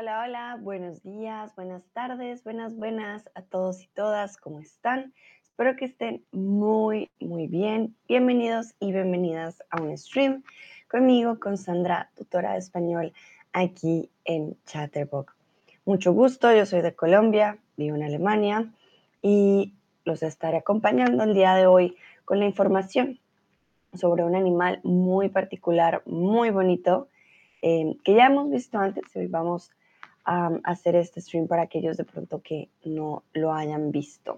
Hola, hola, buenos días, buenas tardes, buenas a todos y todas, ¿cómo están? Espero que estén muy bien. Bienvenidos y bienvenidas a un stream conmigo, con Sandra, tutora de español, aquí en Chatterbox. Mucho gusto, yo soy de Colombia, vivo en Alemania y los estaré acompañando el día de hoy con la información sobre un animal muy particular, muy bonito, que ya hemos visto antes y hoy vamos a hacer este stream para aquellos de pronto que no lo hayan visto.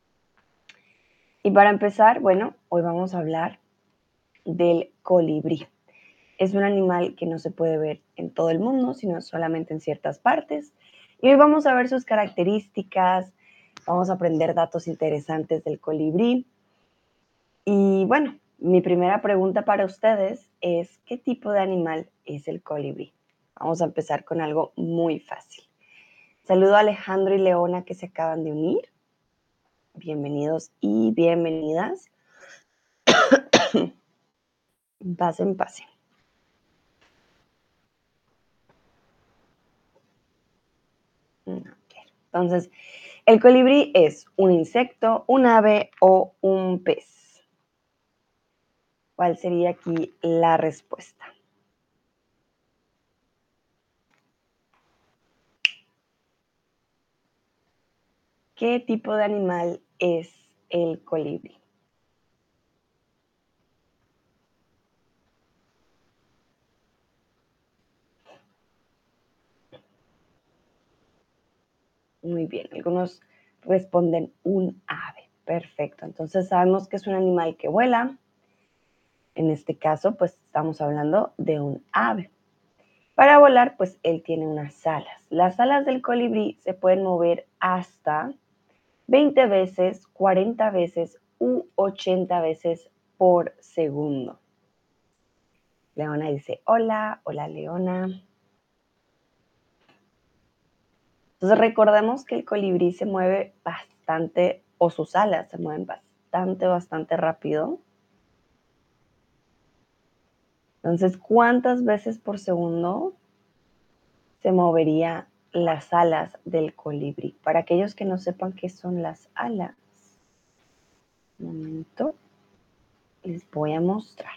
Y para empezar, bueno, hoy vamos a hablar del colibrí. Es un animal que no se puede ver en todo el mundo, sino solamente en ciertas partes. Y hoy vamos a ver sus características, vamos a aprender datos interesantes del colibrí. Y bueno, mi primera pregunta para ustedes es, ¿qué tipo de animal es el colibrí? Vamos a empezar con algo muy fácil. Saludo a Alejandro y Leona que se acaban de unir. Bienvenidos y bienvenidas. Pasen, pasen. Okay. Entonces, el colibrí es un insecto, un ave o un pez. ¿Cuál sería aquí la respuesta? ¿Qué tipo de animal es el colibrí? Muy bien, algunos responden un ave. Perfecto, entonces sabemos que es un animal que vuela. En este caso, pues estamos hablando de un ave. Para volar, pues él tiene unas alas. Las alas del colibrí se pueden mover hasta 20 veces, 40 veces u 80 veces por segundo. Leona dice, hola, hola Leona. Entonces recordemos que el colibrí se mueve bastante, o sus alas se mueven bastante rápido. Entonces, ¿cuántas veces por segundo se movería las alas del colibrí? Para aquellos que no sepan qué son las alas, un momento, les voy a mostrar.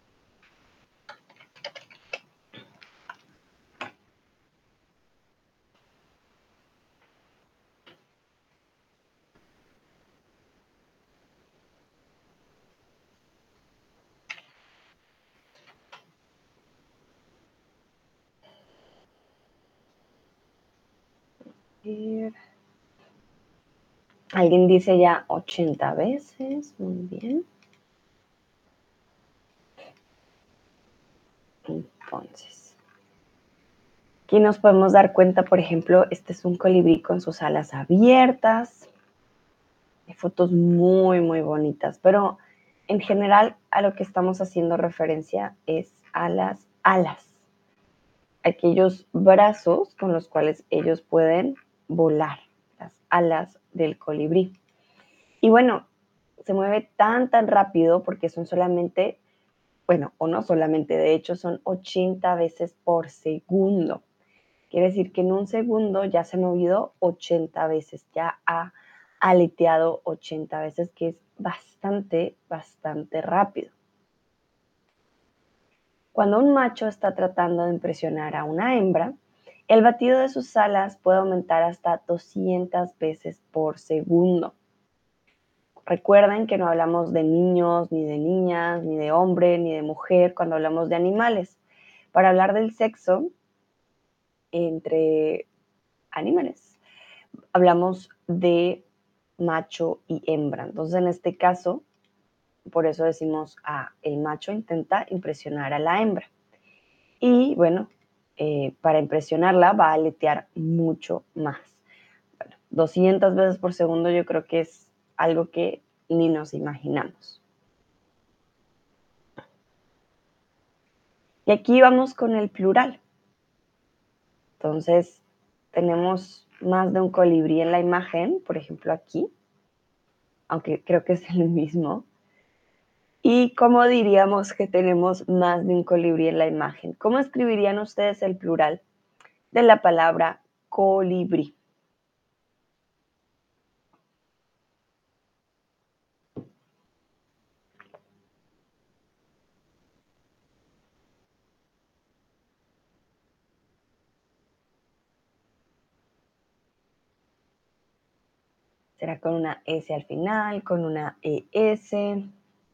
Alguien dice ya 80 veces, muy bien. Entonces, aquí nos podemos dar cuenta, por ejemplo, este es un colibrí con sus alas abiertas. Hay fotos muy bonitas, pero en general a lo que estamos haciendo referencia es a las alas, aquellos brazos con los cuales ellos pueden volar, las alas del colibrí. Y bueno, se mueve tan rápido porque son solamente, bueno, o no solamente, de hecho son 80 veces por segundo. Quiere decir que en un segundo ya se ha movido 80 veces, ya ha aleteado 80 veces, que es bastante rápido. Cuando un macho está tratando de impresionar a una hembra, el batido de sus alas puede aumentar hasta 200 veces por segundo. Recuerden que no hablamos de niños, ni de niñas, ni de hombre, ni de mujer cuando hablamos de animales. Para hablar del sexo entre animales, hablamos de macho y hembra. Entonces, en este caso, por eso decimos, el macho intenta impresionar a la hembra. Y bueno, para impresionarla va a aletear mucho más. Bueno, 200 veces por segundo yo creo que es algo que ni nos imaginamos. Y aquí vamos con el plural. Entonces, tenemos más de un colibrí en la imagen, por ejemplo aquí, aunque creo que es el mismo. ¿Y cómo diríamos que tenemos más de un colibrí en la imagen? ¿Cómo escribirían ustedes el plural? de la palabra colibrí? ¿Será con una S al final, con una ES?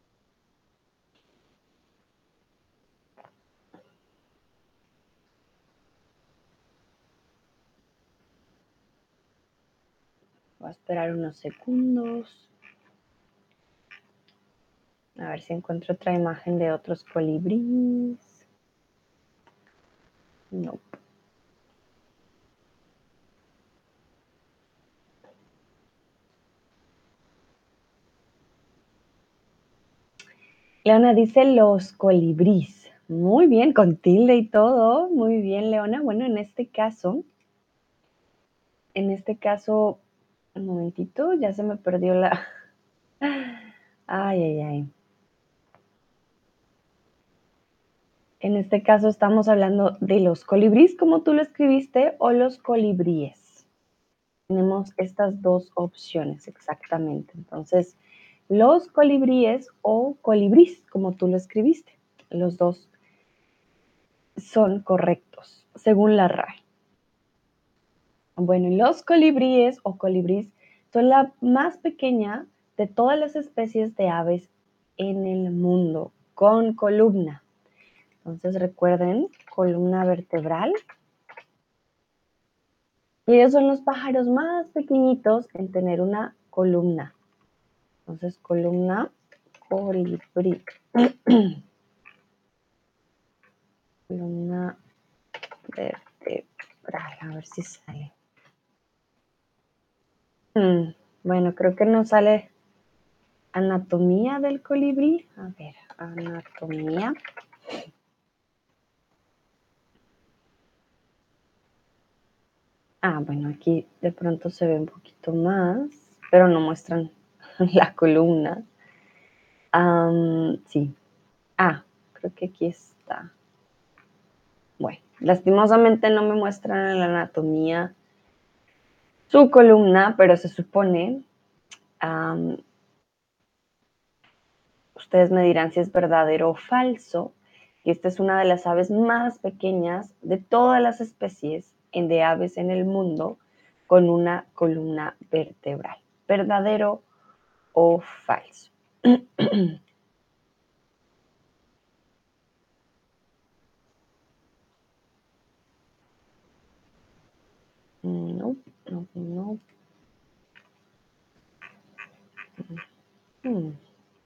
Voy a esperar unos segundos. A ver si encuentro otra imagen de otros colibríes. No. Leona dice los colibríes. Muy bien, con tilde y todo. Muy bien, Leona. Bueno, en este caso, un momentito, ya se me perdió la... Ay, ay, ay. En este caso estamos hablando de los colibríes, como tú lo escribiste, o los colibríes. Tenemos estas dos opciones exactamente. Entonces, los colibríes o colibrís, como tú lo escribiste. Los dos son correctos, según la RAE. Bueno, los colibríes o colibrís son la más pequeña de todas las especies de aves en el mundo, con columna. Entonces recuerden, columna vertebral. Y ellos son los pájaros más pequeñitos en tener una columna. Entonces, columna colibrí. Columna vertebral, a ver si sale. Bueno, creo que no sale anatomía del colibrí. A ver, anatomía. Bueno, aquí de pronto se ve un poquito más, pero no muestran la columna. Sí. Creo que aquí está. Bueno, lastimosamente no me muestran en la anatomía su columna, pero se supone, ustedes me dirán si es verdadero o falso, que esta es una de las aves más pequeñas de todas las especies de aves en el mundo con una columna vertebral. ¿Verdadero o falso? No, no, no. Hmm.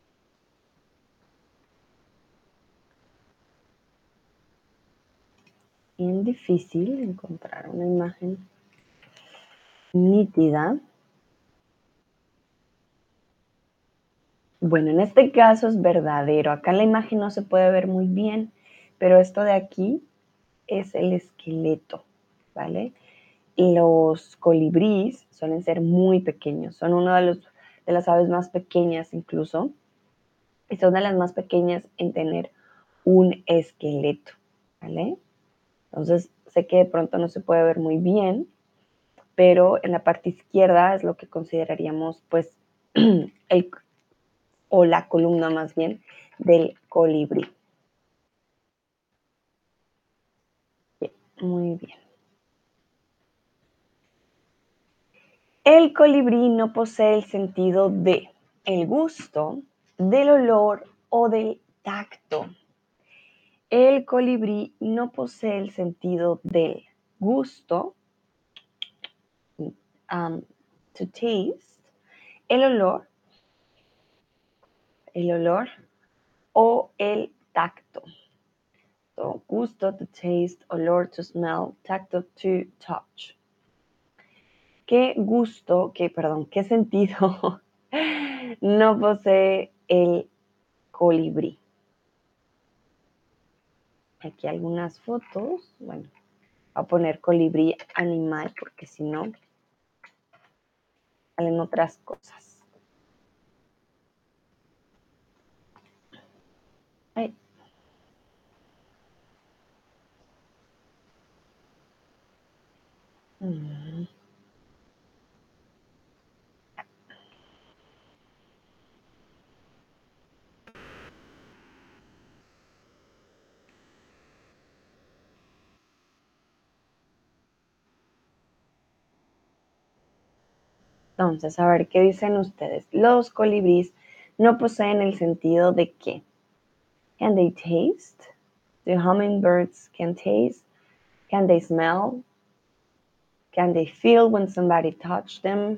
Bien difícil encontrar una imagen nítida. Bueno, en este caso es verdadero. Acá en la imagen no se puede ver muy bien, pero esto de aquí es el esqueleto, ¿vale? Y los colibríes suelen ser muy pequeños, son uno de las aves más pequeñas incluso, y son de las más pequeñas en tener un esqueleto, ¿vale? Entonces, sé que de pronto no se puede ver muy bien, pero en la parte izquierda es lo que consideraríamos, pues, o la columna más bien, del colibrí. Bien, muy bien. El colibrí no posee el sentido de el gusto, del olor o del tacto. El colibrí no posee el sentido del gusto, to taste, el olor o el tacto. So, gusto, to taste, olor, to smell, tacto, to touch. ¿Qué sentido no posee el colibrí? Aquí algunas fotos. Bueno, voy a poner colibrí animal porque si no, salen otras cosas. Ay. Mm. Entonces, a ver, ¿qué dicen ustedes? Los colibríes no poseen el sentido de qué. Can they taste? The hummingbirds can taste. Can they smell? Can they feel when somebody touched them?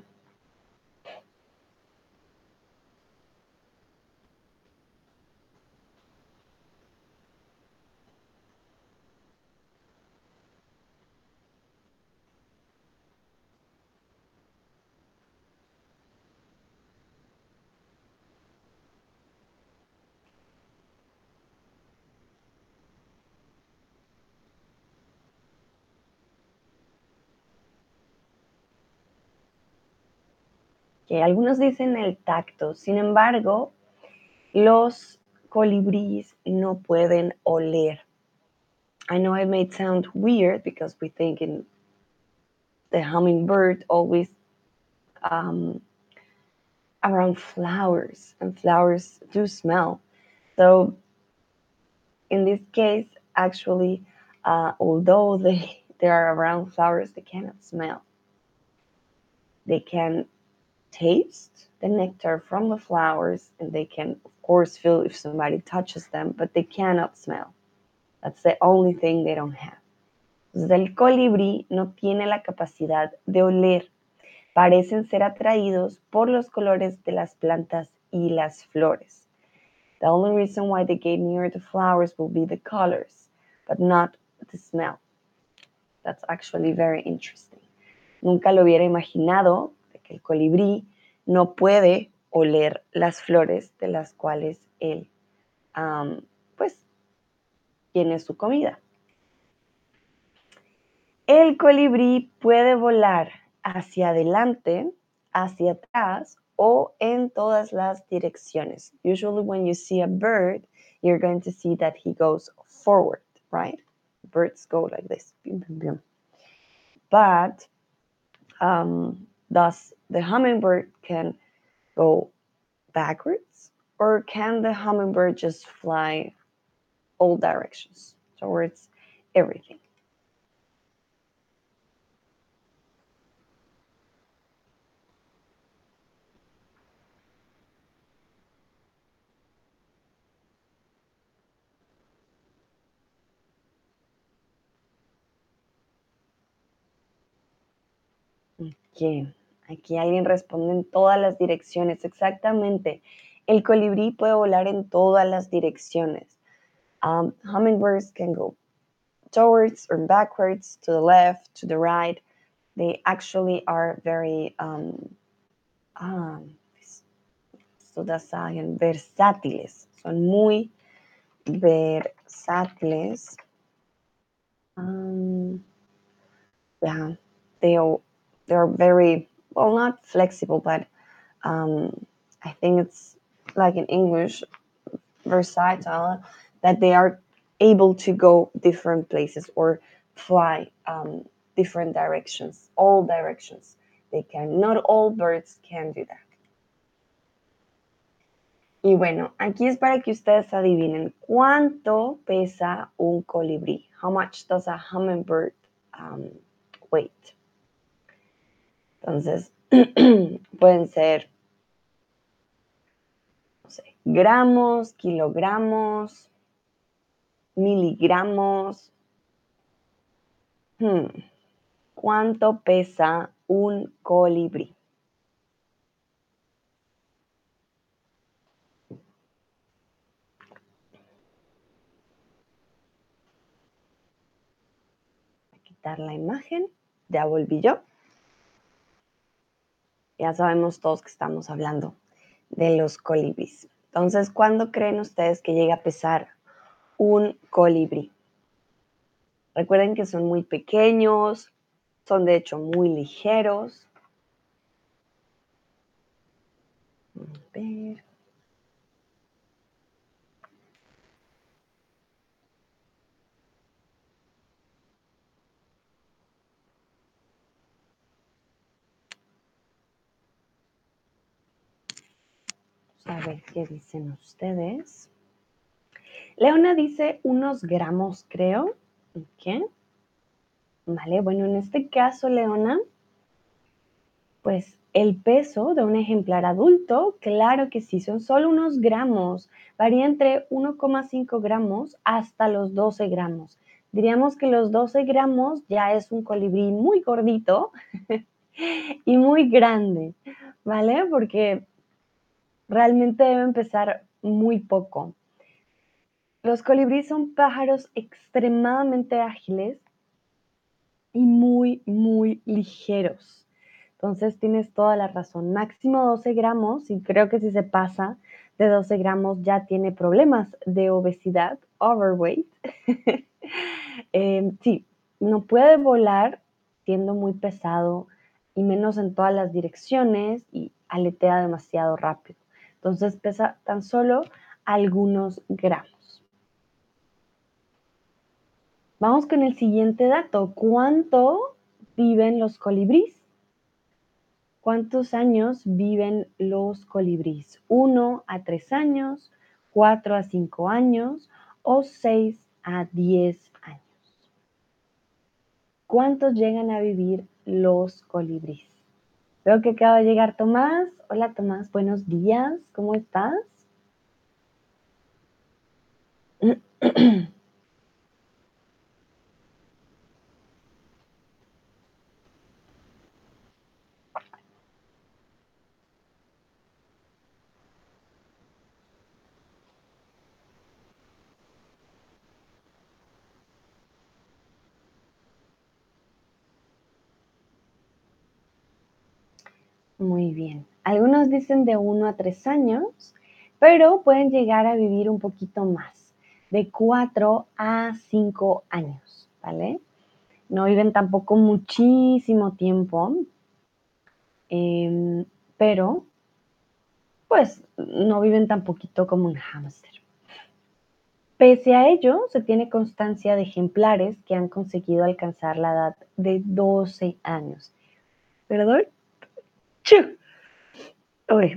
Que algunos dicen el tacto. Sin embargo, los colibríes no pueden oler. I know it may sound weird because we think in the hummingbird always um, around flowers, and flowers do smell. So in this case, actually, although they are around flowers, they cannot smell. They can taste the nectar from the flowers, and they can, of course, feel if somebody touches them, but they cannot smell. That's the only thing they don't have. Entonces, el colibrí no tiene la capacidad de oler. Parecen ser atraídos por los colores de las plantas y las flores. The only reason why they get near the flowers will be the colors, but not the smell. That's actually very interesting. Nunca lo hubiera imaginado de que el colibrí no puede oler las flores de las cuales él, pues, tiene su comida. El colibrí puede volar hacia adelante, hacia atrás o en todas las direcciones. Usually when you see a bird, you're going to see that he goes forward, right? Birds go like this. But thus the hummingbird can go backwards, or can the hummingbird just fly all directions towards everything? Ok, aquí alguien responde en todas las direcciones, exactamente. El colibrí puede volar en todas las direcciones. Hummingbirds can go towards or backwards, to the left, to the right. They actually are very versátiles. Son muy versátiles. Yeah, they are, they're very, well, not flexible, but I think it's like in English, versatile, that they are able to go different places or fly different directions, all directions. They can, not all birds can do that. Y bueno, aquí es para que ustedes adivinen cuánto pesa un colibrí. How much does a hummingbird weight? Entonces, pueden ser, no sé, gramos, kilogramos, miligramos. ¿Cuánto pesa un colibrí? Voy a quitar la imagen. Ya volví yo. Ya sabemos todos que estamos hablando de los colibríes. Entonces, ¿cuándo creen ustedes que llega a pesar un colibrí? Recuerden que son muy pequeños, son de hecho muy ligeros. Vamos a ver. a ver qué dicen ustedes. Leona dice unos gramos, creo. ¿Qué? Vale, bueno, en este caso, Leona, pues el peso de un ejemplar adulto, claro que sí, son solo unos gramos. Varía entre 1,5 gramos hasta los 12 gramos. Diríamos que los 12 gramos ya es un colibrí muy gordito y muy grande, ¿vale? Porque realmente deben pesar muy poco. Los colibríes son pájaros extremadamente ágiles y muy, muy ligeros. Entonces tienes toda la razón. Máximo 12 gramos y creo que si se pasa de 12 gramos ya tiene problemas de obesidad, overweight. Sí, no puede volar siendo muy pesado y menos en todas las direcciones y aletea demasiado rápido. Entonces pesa tan solo algunos gramos. Vamos con el siguiente dato. ¿Cuánto viven los colibríes? ¿Cuántos años viven los colibríes? ¿1 a 3 años, 4 a 5 años o 6 a 10 años? ¿Cuántos llegan a vivir los colibríes? Veo que acaba de llegar Tomás. Hola Tomás, buenos días. ¿Cómo estás? Muy bien. Algunos dicen de 1 a 3 años, pero pueden llegar a vivir un poquito más, de 4 a 5 años, ¿vale? No viven tampoco muchísimo tiempo, pero pues no viven tan poquito como un hámster. Pese a ello, se tiene constancia de ejemplares que han conseguido alcanzar la edad de 12 años. ¿Perdón? ¡Chu! Uy.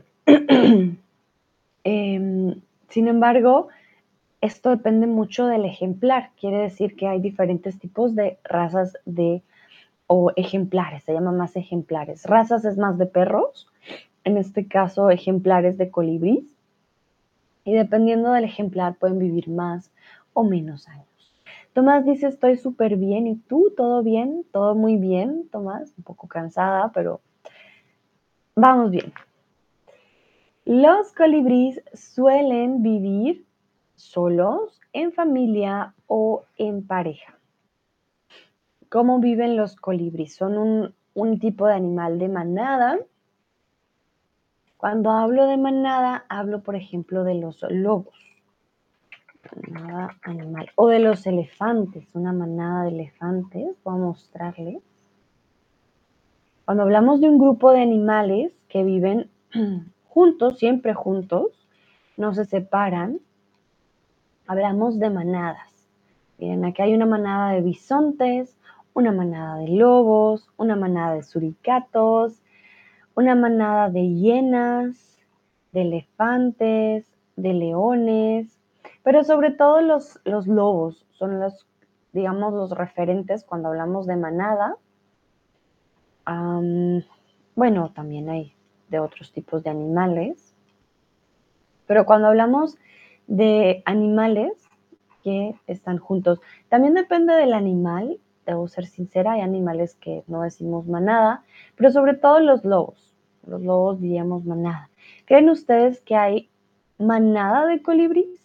Sin embargo, esto depende mucho del ejemplar. Quiere decir que hay diferentes tipos de razas o ejemplares, se llaman más ejemplares. Razas es más de perros, en este caso ejemplares de colibrí. Y dependiendo del ejemplar pueden vivir más o menos años. Tomás dice, estoy súper bien. ¿Y tú? ¿Todo bien? ¿Todo muy bien, Tomás? Un poco cansada, pero vamos bien. Los colibríes suelen vivir solos, en familia o en pareja. ¿Cómo viven los colibríes? Son un tipo de animal de manada. Cuando hablo de manada, hablo, por ejemplo, de los lobos. Manada animal. O de los elefantes, una manada de elefantes. Voy a mostrarles. Cuando hablamos de un grupo de animales que viven juntos, siempre juntos, no se separan, hablamos de manadas. Miren, aquí hay una manada de bisontes, una manada de lobos, una manada de suricatos, una manada de hienas, de elefantes, de leones, pero sobre todo los lobos son digamos, los referentes cuando hablamos de manada. Bueno, también hay de otros tipos de animales, pero cuando hablamos de animales que están juntos, también depende del animal, debo ser sincera, hay animales que no decimos manada, pero sobre todo los lobos diríamos manada. ¿Creen ustedes que hay manada de colibríes?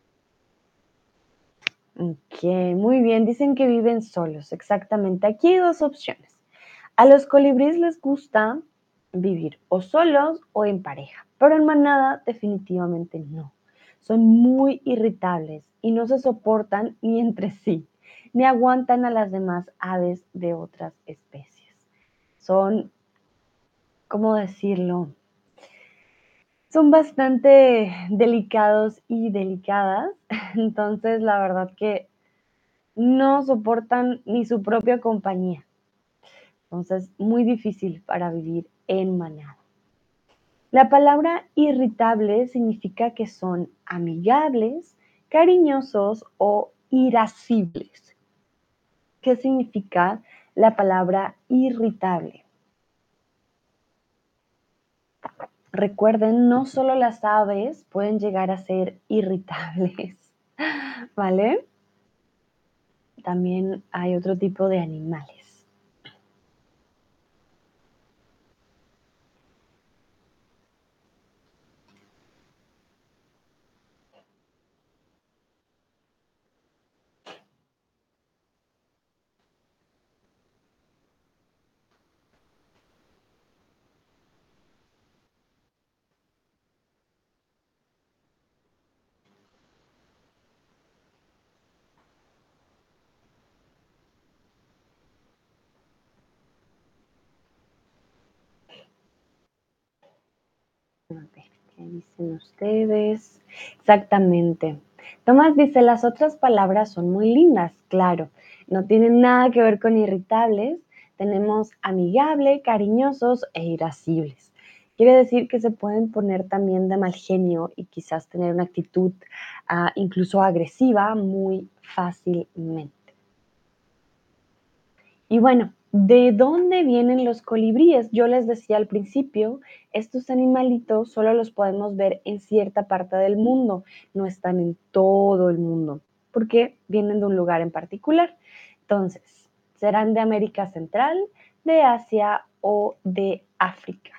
Ok, muy bien, dicen que viven solos, exactamente. Aquí hay dos opciones. A los colibríes les gusta vivir o solos o en pareja, pero en manada definitivamente no. Son muy irritables y no se soportan ni entre sí, ni aguantan a las demás aves de otras especies. Son, ¿cómo decirlo? Son bastante delicados y delicadas, entonces la verdad que no soportan ni su propia compañía. Entonces, muy difícil para vivir en manada. La palabra irritable significa que son amigables, cariñosos o irascibles. ¿Qué significa la palabra irritable? Recuerden, no solo las aves pueden llegar a ser irritables, ¿vale? También hay otro tipo de animales. A ver, ¿qué dicen ustedes? Exactamente. Tomás dice, las otras palabras son muy lindas, claro, no tienen nada que ver con irritables. Tenemos amigable, cariñosos e irascibles. Quiere decir que se pueden poner también de mal genio y quizás tener una actitud incluso agresiva muy fácilmente. Y bueno, ¿de dónde vienen los colibríes? Yo les decía al principio, estos animalitos solo los podemos ver en cierta parte del mundo, no están en todo el mundo, porque vienen de un lugar en particular. Entonces, serán de América Central, de Asia o de África.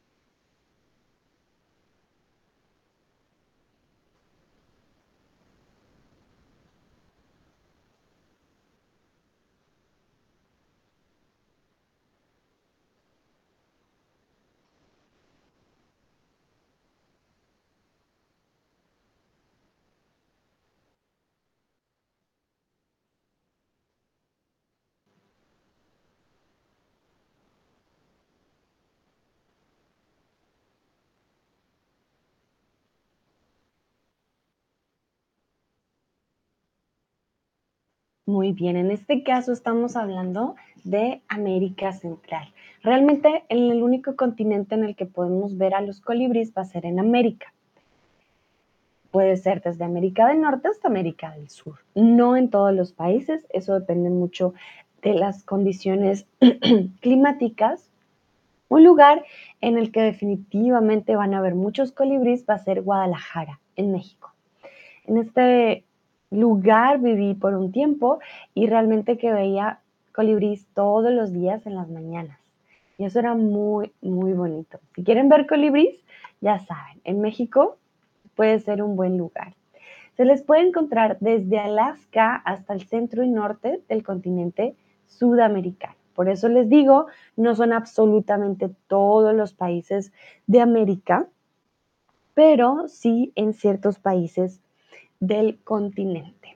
Muy bien, en este caso estamos hablando de América Central. Realmente el único continente en el que podemos ver a los colibríes va a ser en América. Puede ser desde América del Norte hasta América del Sur. No en todos los países, eso depende mucho de las condiciones climáticas. Un lugar en el que definitivamente van a haber muchos colibríes va a ser Guadalajara, en México. En este lugar viví por un tiempo y realmente que veía colibríes todos los días en las mañanas. Y eso era muy, muy bonito. Si quieren ver colibríes, ya saben, en México puede ser un buen lugar. Se les puede encontrar desde Alaska hasta el centro y norte del continente sudamericano. Por eso les digo, no son absolutamente todos los países de América, pero sí en ciertos países del continente.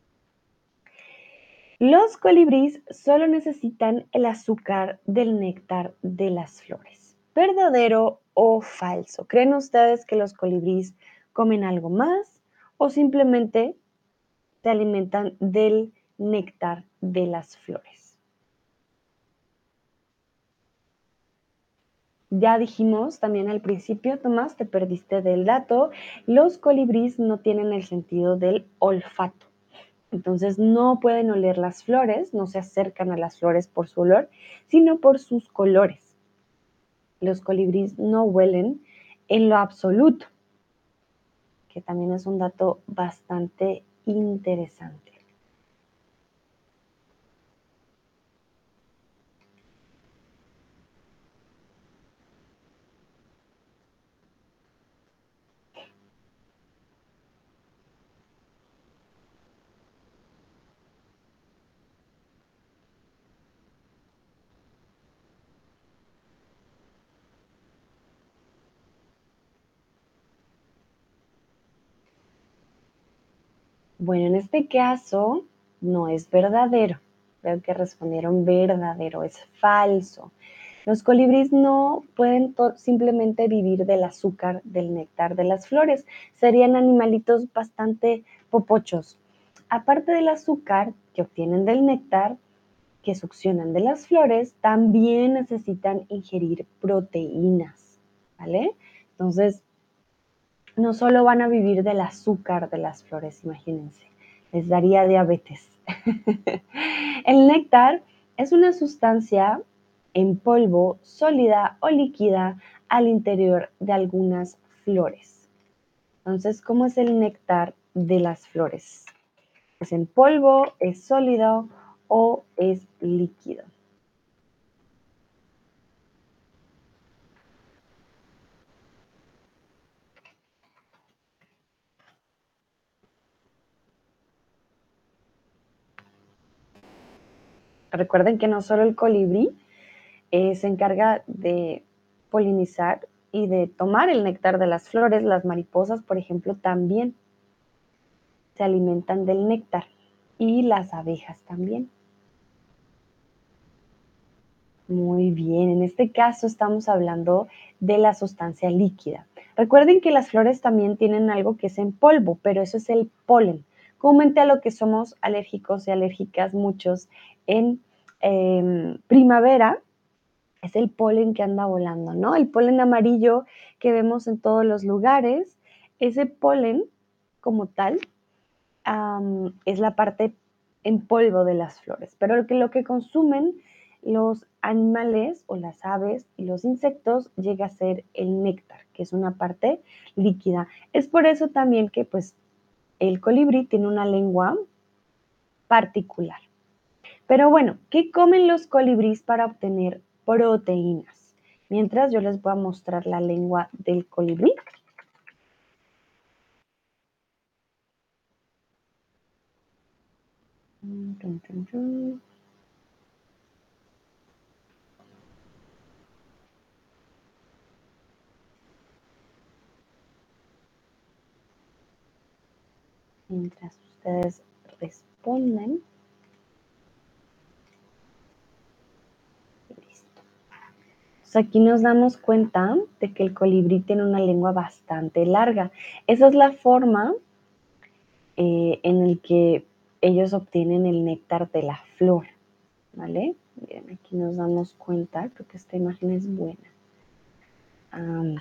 Los colibríes solo necesitan el azúcar del néctar de las flores. ¿Verdadero o falso? ¿Creen ustedes que los colibríes comen algo más o simplemente se alimentan del néctar de las flores? Ya dijimos también al principio, Tomás, te perdiste del dato, los colibríes no tienen el sentido del olfato. Entonces no pueden oler las flores, no se acercan a las flores por su olor, sino por sus colores. Los colibríes no huelen en lo absoluto, que también es un dato bastante interesante. Bueno, en este caso no es verdadero. Veo que respondieron verdadero, es falso. Los colibríes no pueden simplemente vivir del azúcar, del néctar de las flores. Serían animalitos bastante popochos. Aparte del azúcar que obtienen del néctar, que succionan de las flores, también necesitan ingerir proteínas, ¿vale? Entonces, no solo van a vivir del azúcar de las flores, imagínense, les daría diabetes. El néctar es una sustancia en polvo, sólida o líquida al interior de algunas flores. Entonces, ¿cómo es el néctar de las flores? ¿Es en polvo, es sólido o es líquido? Recuerden que no solo el colibrí se encarga de polinizar y de tomar el néctar de las flores, las mariposas, por ejemplo, también se alimentan del néctar y las abejas también. Muy bien, en este caso estamos hablando de la sustancia líquida. Recuerden que las flores también tienen algo que es en polvo, pero eso es el polen. Comúnmente a lo que somos alérgicos y alérgicas muchos en primavera es el polen que anda volando, ¿no? El polen amarillo que vemos en todos los lugares, ese polen como tal es la parte en polvo de las flores, pero lo que consumen los animales o las aves y los insectos llega a ser el néctar, que es una parte líquida. Es por eso también que pues el colibrí tiene una lengua particular. Pero bueno, ¿qué comen los colibríes para obtener proteínas? Mientras yo les voy a mostrar la lengua del colibrí. Mientras ustedes responden. Listo. Pues aquí nos damos cuenta de que el colibrí tiene una lengua bastante larga. Esa es la forma en el que ellos obtienen el néctar de la flor, ¿vale? Bien, aquí nos damos cuenta, creo que esta imagen es buena. Um,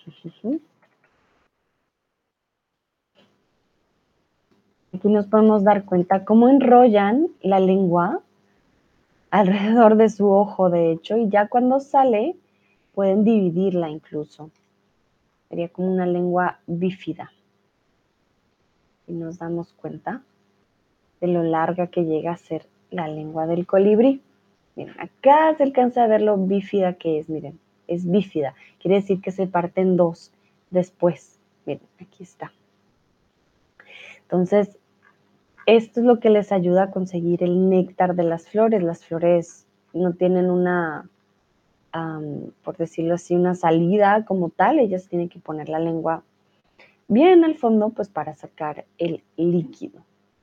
Aquí nos podemos dar cuenta cómo enrollan la lengua alrededor de su ojo, de hecho, y ya cuando sale pueden dividirla incluso. Sería como una lengua bífida. Y nos damos cuenta de lo larga que llega a ser la lengua del colibrí. Miren, acá se alcanza a ver lo bífida que es, miren, es bífida. Quiere decir que se parte en dos después. Miren, aquí está. Entonces, esto es lo que les ayuda a conseguir el néctar de las flores. Las flores no tienen una, por decirlo así, una salida como tal. Ellas tienen que poner la lengua bien al fondo, pues para sacar el líquido.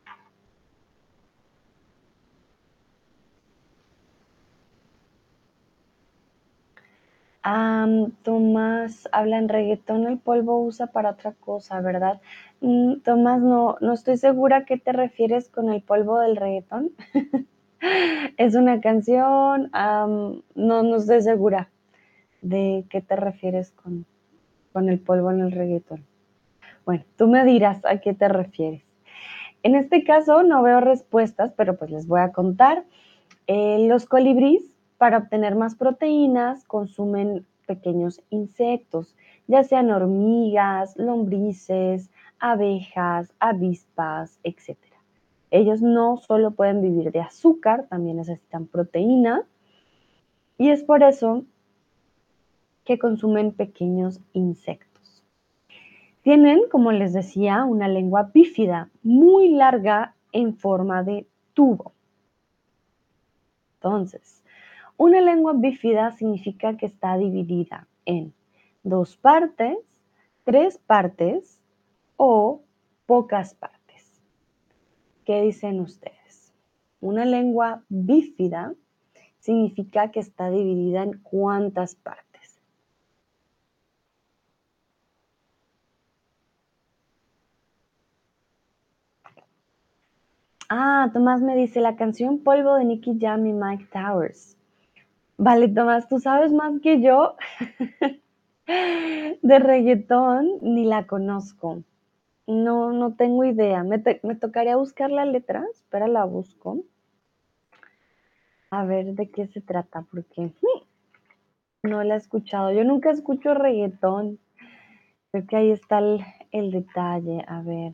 Tomás habla en reggaetón, el polvo usa para otra cosa, ¿verdad? Tomás, no estoy segura a qué te refieres con el polvo del reggaetón. Es una canción, no estoy segura de qué te refieres con el polvo en el reggaetón. Bueno, tú me dirás a qué te refieres. En este caso no veo respuestas, pero pues les voy a contar. Los colibríes, para obtener más proteínas, consumen pequeños insectos, ya sean hormigas, lombrices, abejas, avispas, etcétera. Ellos no solo pueden vivir de azúcar, también necesitan proteína y es por eso que consumen pequeños insectos. Tienen, como les decía, una lengua bífida muy larga en forma de tubo. Entonces, una lengua bífida significa que está dividida en dos partes, tres partes o pocas partes. ¿Qué dicen ustedes? Una lengua bífida significa que está dividida en cuántas partes. Tomás me dice la canción Polvo de Nicky Jam y Mike Towers. Vale, Tomás, tú sabes más que yo. De reggaetón ni la conozco. No, no tengo idea. Me tocaría buscar la letra. Espera, la busco. A ver de qué se trata, porque no la he escuchado. Yo nunca escucho reggaetón. Creo que ahí está el detalle. A ver.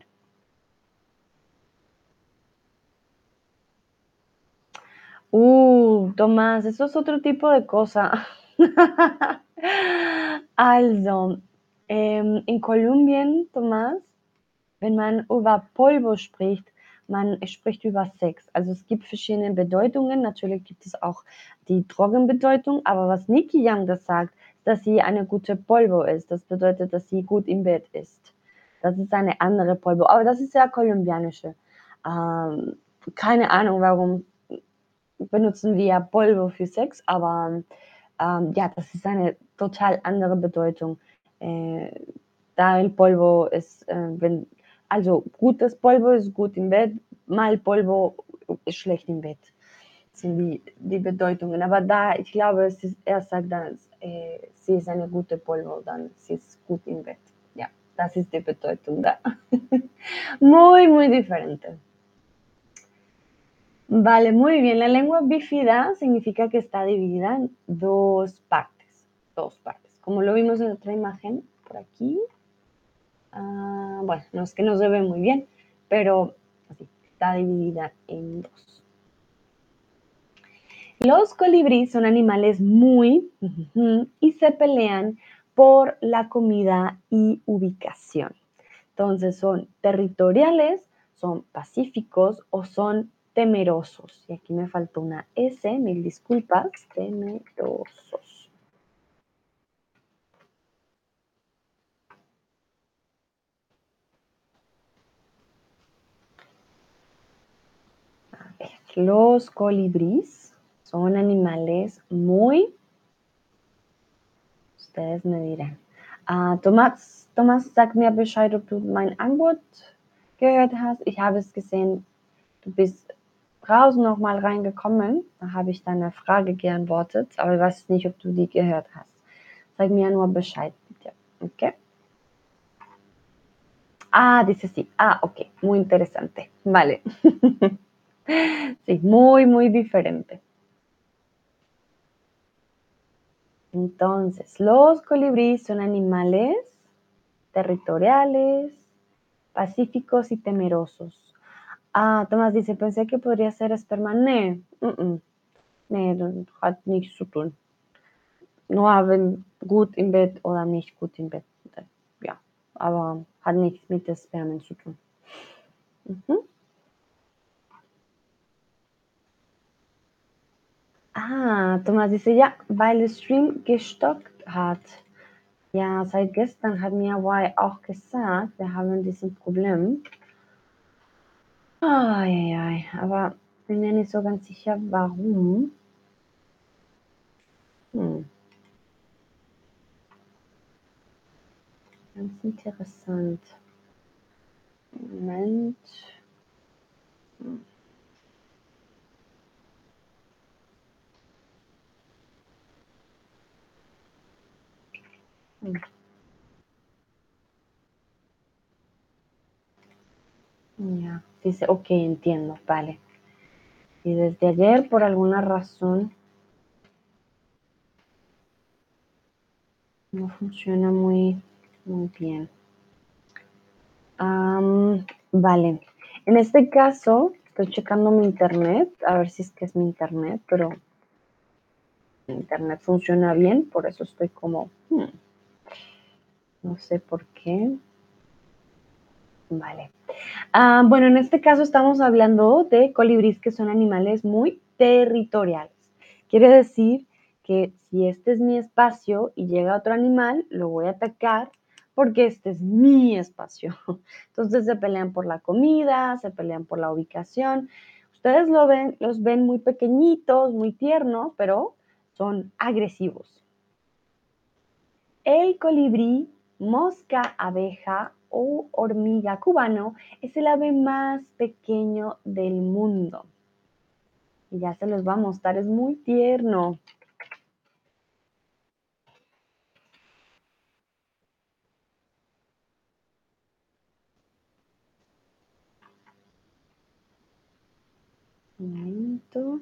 Tomás, eso es otro tipo de cosa. Also, in Kolumbien, Thomas, wenn man über Polvo spricht, man spricht über Sex. Also es gibt verschiedene Bedeutungen. Natürlich gibt es auch die Drogenbedeutung, aber was Nicky Young das sagt, dass sie eine gute Polvo ist. Das bedeutet, dass sie gut im Bett ist. Das ist eine andere Polvo, aber das ist ja kolumbianische. Ähm, keine Ahnung, warum benutzen wir Polvo für Sex, aber ja, das ist eine total andere Bedeutung. Äh, da el Polvo ist, also gutes Polvo ist gut im Bett, mal Polvo ist schlecht im Bett. Das sind die Bedeutungen. Aber da, ich glaube, er sagt dann, sie ist eine gute Polvo, dann sie ist gut im Bett. Ja, das ist die Bedeutung da. Muy, muy diferente. Vale, muy bien. La lengua bífida significa que está dividida en dos partes. Dos partes. Como lo vimos en otra imagen por aquí. Bueno, no es que no se ve muy bien, pero así, está dividida en dos. Los colibríes son animales muy y se pelean por la comida y ubicación. Entonces son territoriales, son pacíficos o son temerosos. Y aquí me faltó una S, mil disculpas, temerosos. A ver, los colibríes son animales muy, ustedes me dirán. Thomas, sag mir Bescheid, ob du mein Angebot gehört hast. Ich habe es gesehen, du bist draußen noch mal reingekommen. Da habe ich deine Frage geantwortet, aber ich weiß nicht, ob du die gehört hast. Sag mir nur Bescheid, bitte. ¿Ok? Dice sí. Ok. Muy interesante. Vale. Sí, muy, muy diferente. Entonces, los colibríes son animales territoriales, pacíficos y temerosos. Tomás dice, pensé que podría ser esperma. Nee, nee, das hat nichts zu tun. Nur wenn gut im Bett oder nicht gut im Bett. Ja, aber hat nichts mit den Spermien zu tun. Mhm. Thomas dice, ja, weil der Stream gestockt hat. Ja, seit gestern hat mir Y auch gesagt, wir haben diesen Problem. Aber bin mir nicht so ganz sicher, warum. Ganz interessant. Moment. Ya, dice, ok, entiendo, vale. Y desde ayer, por alguna razón, no funciona muy bien. Vale. En este caso, estoy checando mi internet, a ver si es que es mi internet, pero mi internet funciona bien, por eso estoy como, no sé por qué. Vale. Bueno, en este caso estamos hablando de colibríes que son animales muy territoriales. Quiere decir que si este es mi espacio y llega otro animal, lo voy a atacar porque este es mi espacio. Entonces se pelean por la comida, se pelean por la ubicación. Ustedes los ven muy pequeñitos, muy tiernos, pero son agresivos. El colibrí, mosca, abeja o hormiga cubano es el ave más pequeño del mundo. Y ya se los va a mostrar, es muy tierno. Un momento.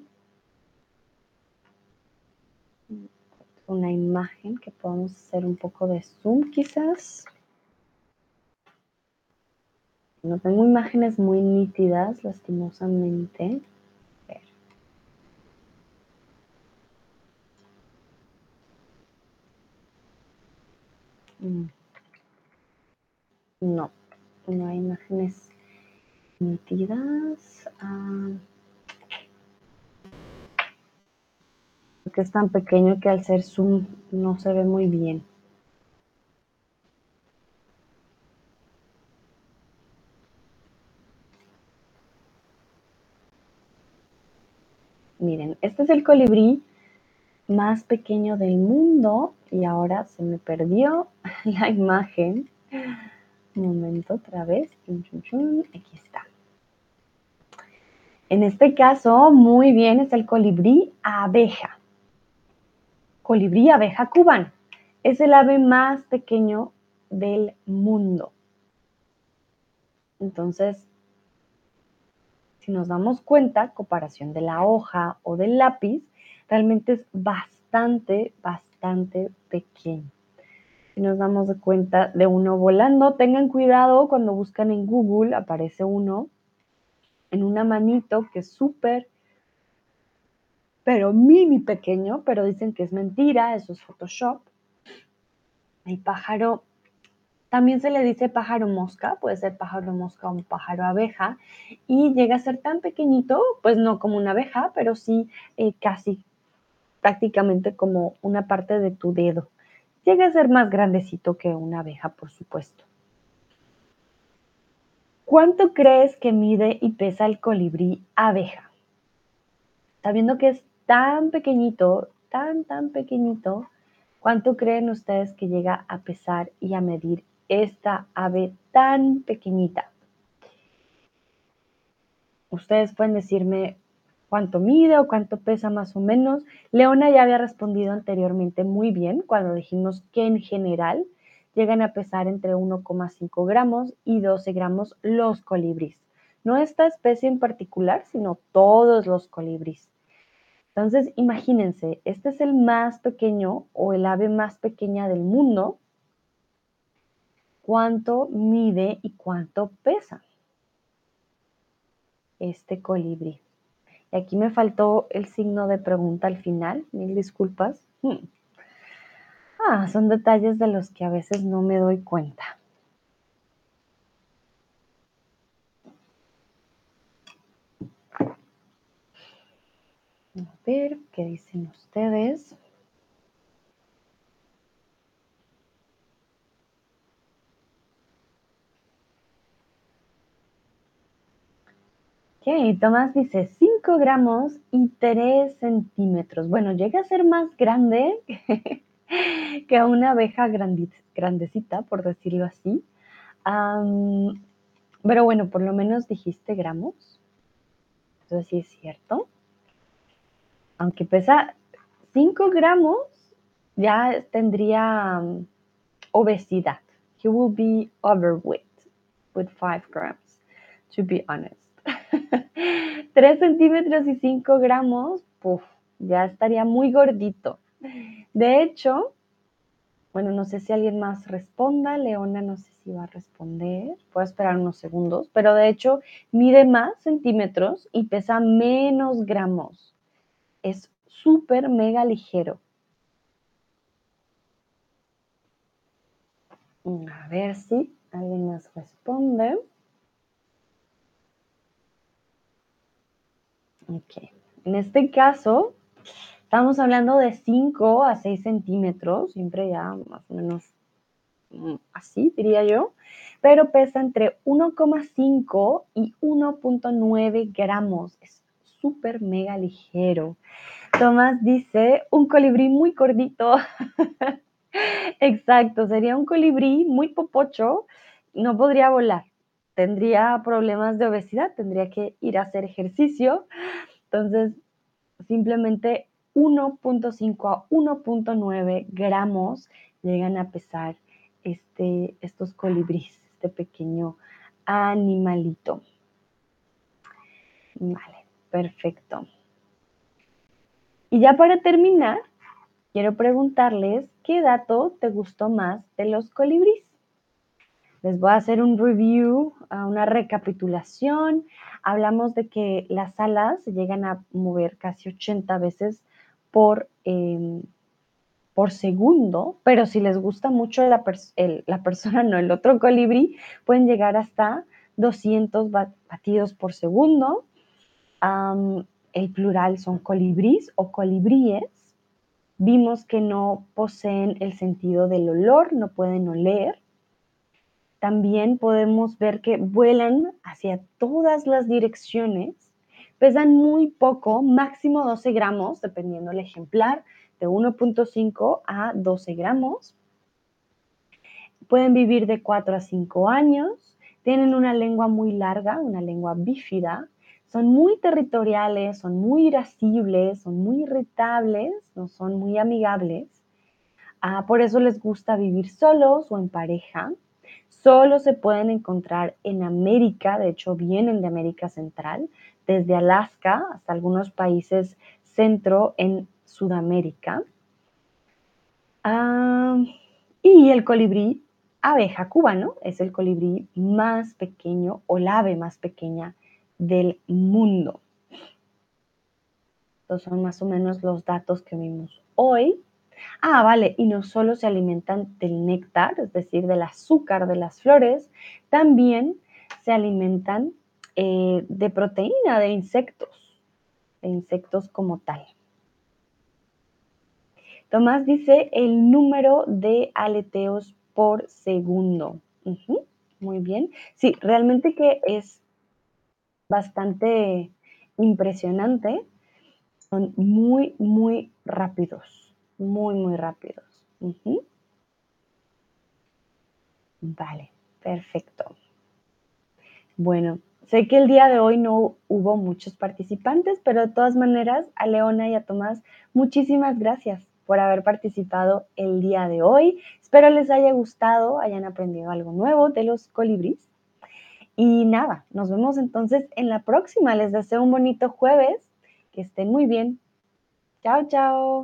Una imagen que podamos hacer un poco de zoom quizás. No tengo imágenes muy nítidas, lastimosamente. A ver. No, no hay imágenes nítidas. Porque es tan pequeño que al ser zoom no se ve muy bien. Miren, este es el colibrí más pequeño del mundo y ahora se me perdió la imagen. Un momento otra vez. Aquí está. En este caso, muy bien, es el colibrí abeja. Colibrí abeja cubano. Es el ave más pequeño del mundo. Entonces, si nos damos cuenta, comparación de la hoja o del lápiz, realmente es bastante, bastante pequeño. Si nos damos cuenta de uno volando, tengan cuidado cuando buscan en Google, aparece uno en una manito que es súper, pero mini pequeño, pero dicen que es mentira, eso es Photoshop. El pájaro, también se le dice pájaro mosca, puede ser pájaro mosca o pájaro abeja, y llega a ser tan pequeñito, pues no como una abeja, pero sí casi prácticamente como una parte de tu dedo. Llega a ser más grandecito que una abeja, por supuesto. ¿Cuánto crees que mide y pesa el colibrí abeja? Sabiendo que es tan pequeñito, tan pequeñito, ¿cuánto creen ustedes que llega a pesar y a medir esta ave tan pequeñita? Ustedes pueden decirme cuánto mide o cuánto pesa más o menos. Leona ya había respondido anteriormente muy bien cuando dijimos que en general llegan a pesar entre 1,5 gramos y 12 gramos los colibríes. No esta especie en particular, sino todos los colibríes. Entonces, imagínense, este es el más pequeño o el ave más pequeña del mundo. ¿Cuánto mide y cuánto pesa este colibrí? Y aquí me faltó el signo de pregunta al final, mil disculpas. Son detalles de los que a veces no me doy cuenta. A ver, ¿qué dicen ustedes? Ok, Tomás dice 5 gramos y 3 centímetros. Bueno, llega a ser más grande que una abeja grandecita, por decirlo así. Pero bueno, por lo menos dijiste gramos. Eso sí es cierto. Aunque pesa 5 gramos, ya tendría obesidad. He will be overweight with 5 grams, to be honest. 3 centímetros y 5 gramos, puf, ya estaría muy gordito. De hecho, bueno, no sé si alguien más responda. Leona, no sé si va a responder. Puedo esperar unos segundos, pero de hecho mide más centímetros y pesa menos gramos. Es súper mega ligero. A ver si alguien más responde. Ok. En este caso, estamos hablando de 5 a 6 centímetros, siempre ya más o menos así, diría yo, pero pesa entre 1,5 y 1,9 gramos. Es súper mega ligero. Tomás dice, un colibrí muy gordito. Exacto, sería un colibrí muy popocho, no podría volar. Tendría problemas de obesidad, tendría que ir a hacer ejercicio. Entonces, simplemente 1,5 a 1,9 gramos llegan a pesar estos colibríes, este pequeño animalito. Vale, Perfecto. Y ya para terminar, quiero preguntarles qué dato te gustó más de los colibríes. Les voy a hacer un review, una recapitulación. Hablamos de que las alas se llegan a mover casi 80 veces por, por segundo, pero si les gusta mucho la persona, no, el otro colibrí, pueden llegar hasta 200 batidos por segundo. El plural son colibrís o colibríes. Vimos que no poseen el sentido del olor, no pueden oler. También podemos ver que vuelan hacia todas las direcciones, pesan muy poco, máximo 12 gramos, dependiendo del ejemplar, de 1.5 a 12 gramos. Pueden vivir de 4 a 5 años, tienen una lengua muy larga, una lengua bífida, son muy territoriales, son muy irascibles, son muy irritables, no son muy amigables. Por eso les gusta vivir solos o en pareja. Solo se pueden encontrar en América, de hecho vienen de América Central, desde Alaska hasta algunos países centro en Sudamérica. Y el colibrí abeja cubano es el colibrí más pequeño o la ave más pequeña del mundo. Estos son más o menos los datos que vimos hoy. Vale, y no solo se alimentan del néctar, es decir, del azúcar de las flores, también se alimentan de proteína de insectos como tal. Tomás dice el número de aleteos por segundo. Muy bien. Sí, realmente que es bastante impresionante. Son muy, muy rápidos. Muy, muy rápidos. Vale, perfecto. Bueno, sé que el día de hoy no hubo muchos participantes, pero de todas maneras, a Leona y a Tomás, muchísimas gracias por haber participado el día de hoy. Espero les haya gustado, hayan aprendido algo nuevo de los colibríes. Y nada, nos vemos entonces en la próxima. Les deseo un bonito jueves. Que estén muy bien. Chao, chao.